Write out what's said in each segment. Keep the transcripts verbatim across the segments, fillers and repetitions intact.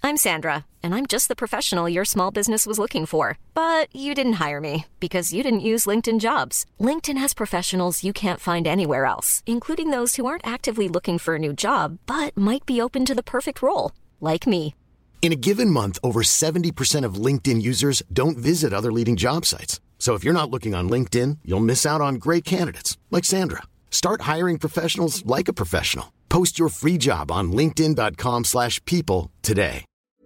I'm Sandra, and I'm just the professional your small business was looking for. But you didn't hire me because you didn't use LinkedIn Jobs. LinkedIn has professionals you can't find anywhere else, including those who aren't actively looking for a new job, but might be open to the perfect role, like me. In a given month, over seventy percent of LinkedIn users don't visit other leading job sites. So if you're not looking on LinkedIn, you'll miss out on great candidates like Sandra. Start hiring professionals like a professional. Post your free job on linkedin dot com slash people today.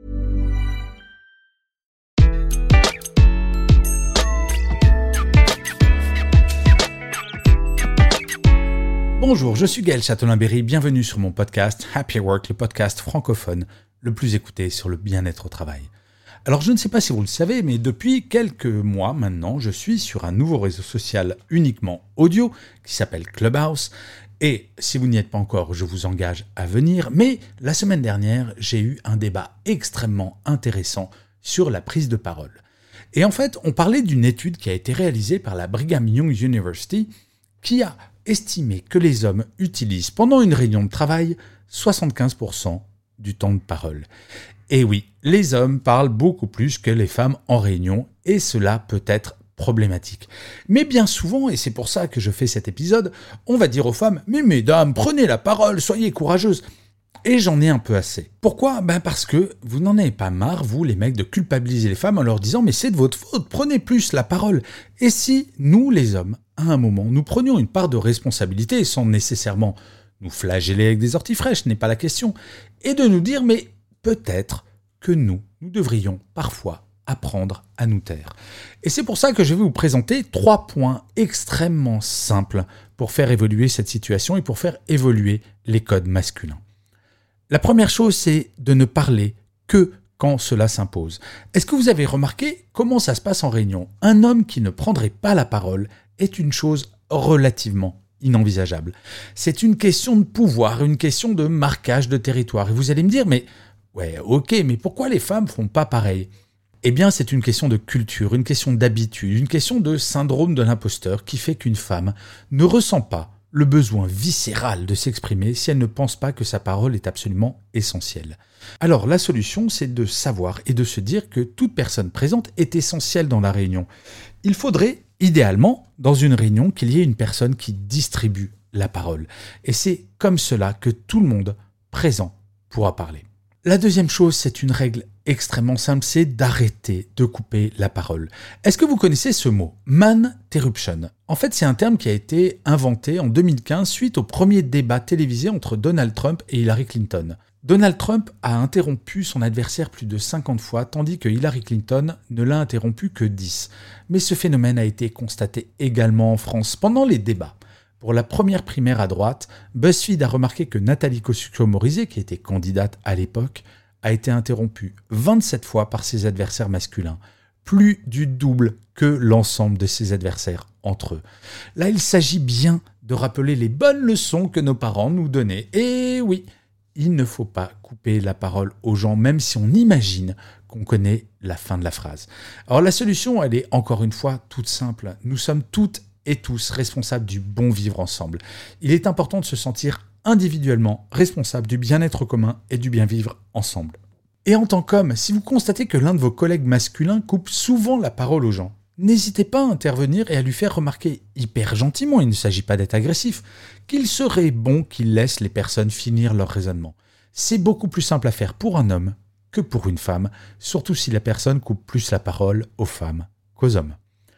Bonjour, je suis Gaël Châtelain-Berry, bienvenue sur mon podcast Happy Work, le podcast francophone le plus écouté sur le bien-être au travail. Alors je ne sais pas si vous le savez, mais depuis quelques mois maintenant, je suis sur un nouveau réseau social uniquement audio qui s'appelle Clubhouse. Et si vous n'y êtes pas encore, je vous engage à venir. Mais la semaine dernière, j'ai eu un débat extrêmement intéressant sur la prise de parole. Et en fait, on parlait d'une étude qui a été réalisée par la Brigham Young University qui a estimé que les hommes utilisent pendant une réunion de travail soixante-quinze pour cent du temps de parole. Et oui, les hommes parlent beaucoup plus que les femmes en réunion et cela peut être problématique. Mais bien souvent, et c'est pour ça que je fais cet épisode, on va dire aux femmes « Mais mesdames, prenez la parole, soyez courageuses !» Et j'en ai un peu assez. Pourquoi ? Ben parce que vous n'en avez pas marre, vous les mecs, de culpabiliser les femmes en leur disant « Mais c'est de votre faute, prenez plus la parole !» Et si nous, les hommes, à un moment, nous prenions une part de responsabilité sans nécessairement nous flageller avec des orties fraîches, n'est pas la question, et de nous dire « Mais peut-être que nous, nous devrions parfois apprendre à nous taire. » Et c'est pour ça que je vais vous présenter trois points extrêmement simples pour faire évoluer cette situation et pour faire évoluer les codes masculins. La première chose, c'est de ne parler que quand cela s'impose. Est-ce que vous avez remarqué comment ça se passe en réunion ? Un homme qui ne prendrait pas la parole est une chose relativement inenvisageable. C'est une question de pouvoir, une question de marquage de territoire. Et vous allez me dire, mais ouais, ok, mais pourquoi les femmes font pas pareil ? Eh bien, c'est une question de culture, une question d'habitude, une question de syndrome de l'imposteur qui fait qu'une femme ne ressent pas le besoin viscéral de s'exprimer si elle ne pense pas que sa parole est absolument essentielle. Alors, la solution, c'est de savoir et de se dire que toute personne présente est essentielle dans la réunion. Il faudrait, idéalement, dans une réunion, qu'il y ait une personne qui distribue la parole. Et c'est comme cela que tout le monde présent pourra parler. La deuxième chose, c'est une règle extrêmement simple, c'est d'arrêter de couper la parole. Est-ce que vous connaissez ce mot ? Man-terruption. En fait, c'est un terme qui a été inventé en deux mille quinze suite au premier débat télévisé entre Donald Trump et Hillary Clinton. Donald Trump a interrompu son adversaire plus de cinquante fois, tandis que Hillary Clinton ne l'a interrompu que dix. Mais ce phénomène a été constaté également en France pendant les débats. Pour la première primaire à droite, BuzzFeed a remarqué que Nathalie Kosciusko-Morizet, qui était candidate à l'époque, a été interrompue vingt-sept fois par ses adversaires masculins, plus du double que l'ensemble de ses adversaires entre eux. Là, il s'agit bien de rappeler les bonnes leçons que nos parents nous donnaient. Et oui, il ne faut pas couper la parole aux gens, même si on imagine qu'on connaît la fin de la phrase. Alors la solution, elle est encore une fois toute simple. Nous sommes toutes et tous responsables du bon vivre ensemble. Il est important de se sentir individuellement responsable du bien-être commun et du bien vivre ensemble. Et en tant qu'homme, si vous constatez que l'un de vos collègues masculins coupe souvent la parole aux gens, n'hésitez pas à intervenir et à lui faire remarquer hyper gentiment, il ne s'agit pas d'être agressif, qu'il serait bon qu'il laisse les personnes finir leur raisonnement. C'est beaucoup plus simple à faire pour un homme que pour une femme, surtout si la personne coupe plus la parole aux femmes qu'aux hommes.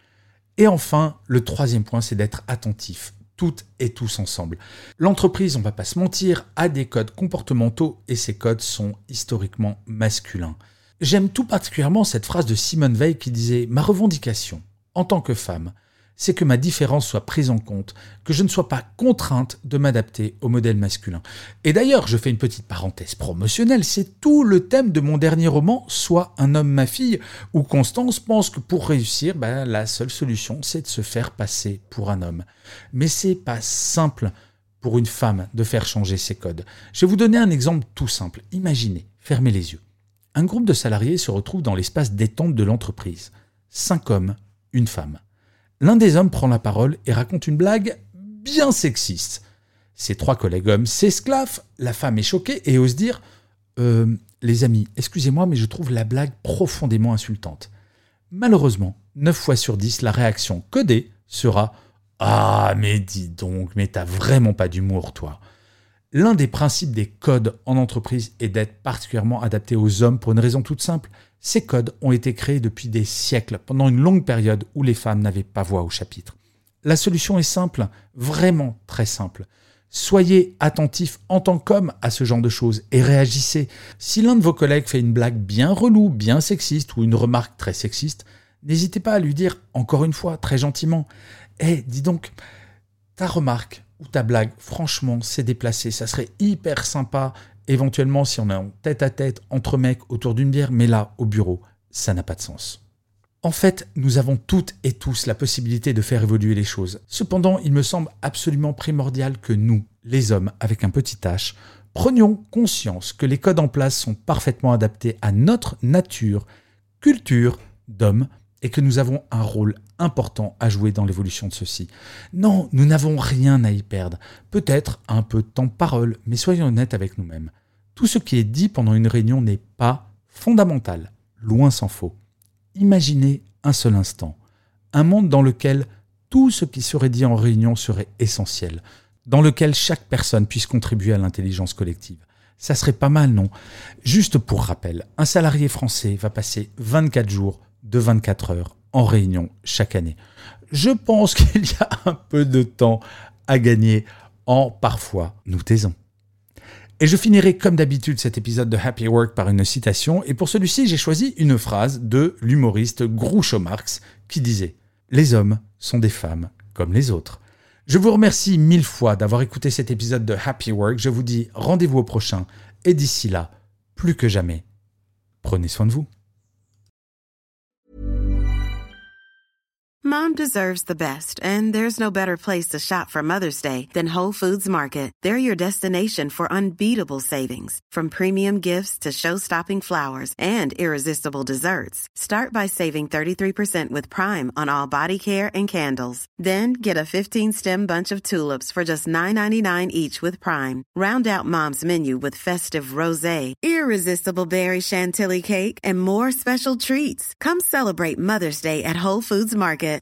Et enfin, le troisième point, c'est d'être attentif, toutes et tous ensemble. L'entreprise, on ne va pas se mentir, a des codes comportementaux et ces codes sont historiquement masculins. J'aime tout particulièrement cette phrase de Simone Veil qui disait « Ma revendication, en tant que femme, c'est que ma différence soit prise en compte, que je ne sois pas contrainte de m'adapter au modèle masculin. » Et d'ailleurs, je fais une petite parenthèse promotionnelle, c'est tout le thème de mon dernier roman, Soit un homme, ma fille, où Constance pense que pour réussir, ben, la seule solution, c'est de se faire passer pour un homme. Mais c'est pas simple pour une femme de faire changer ses codes. Je vais vous donner un exemple tout simple. Imaginez, fermez les yeux. Un groupe de salariés se retrouve dans l'espace détente de l'entreprise. Cinq hommes, une femme. L'un des hommes prend la parole et raconte une blague bien sexiste. Ses trois collègues hommes s'esclaffent, la femme est choquée et ose dire euh, « les amis, excusez-moi, mais je trouve la blague profondément insultante. Malheureusement, neuf fois sur dix, la réaction codée sera « Ah, mais dis donc, mais t'as vraiment pas d'humour, toi !» L'un des principes des codes en entreprise est d'être particulièrement adapté aux hommes pour une raison toute simple. Ces codes ont été créés depuis des siècles, pendant une longue période où les femmes n'avaient pas voix au chapitre. La solution est simple, vraiment très simple. Soyez attentifs en tant qu'homme à ce genre de choses et réagissez. Si l'un de vos collègues fait une blague bien relou, bien sexiste ou une remarque très sexiste, n'hésitez pas à lui dire, encore une fois, très gentiment, « Eh, dis donc, ta remarque ou ta blague, franchement, c'est déplacé. Ça serait hyper sympa, éventuellement, si on est en tête-à-tête entre mecs autour d'une bière, mais là, au bureau, ça n'a pas de sens. » En fait, nous avons toutes et tous la possibilité de faire évoluer les choses. Cependant, il me semble absolument primordial que nous, les hommes avec un petit h, prenions conscience que les codes en place sont parfaitement adaptés à notre nature, culture d'homme, et que nous avons un rôle important à jouer dans l'évolution de ceux-ci. Non, nous n'avons rien à y perdre. Peut-être un peu de temps de parole, mais soyons honnêtes avec nous-mêmes. Tout ce qui est dit pendant une réunion n'est pas fondamental, loin s'en faut. Imaginez un seul instant, un monde dans lequel tout ce qui serait dit en réunion serait essentiel, dans lequel chaque personne puisse contribuer à l'intelligence collective. Ça serait pas mal, non? Juste pour rappel, un salarié français va passer vingt-quatre jours de vingt-quatre heures en réunion chaque année. Je pense qu'il y a un peu de temps à gagner en parfois nous taisant. Et je finirai comme d'habitude cet épisode de Happy Work par une citation, et pour celui-ci j'ai choisi une phrase de l'humoriste Groucho Marx qui disait « Les hommes sont des femmes comme les autres ». Je vous remercie mille fois d'avoir écouté cet épisode de Happy Work, je vous dis rendez-vous au prochain, et d'ici là, plus que jamais, prenez soin de vous. Mom deserves the best, and there's no better place to shop for Mother's Day than Whole Foods Market. They're your destination for unbeatable savings, from premium gifts to show-stopping flowers and irresistible desserts. Start by saving thirty-three percent with Prime on all body care and candles. Then get a fifteen-stem bunch of tulips for just nine ninety-nine each with Prime. Round out Mom's menu with festive rosé, irresistible berry chantilly cake, and more special treats. Come celebrate Mother's Day at Whole Foods Market.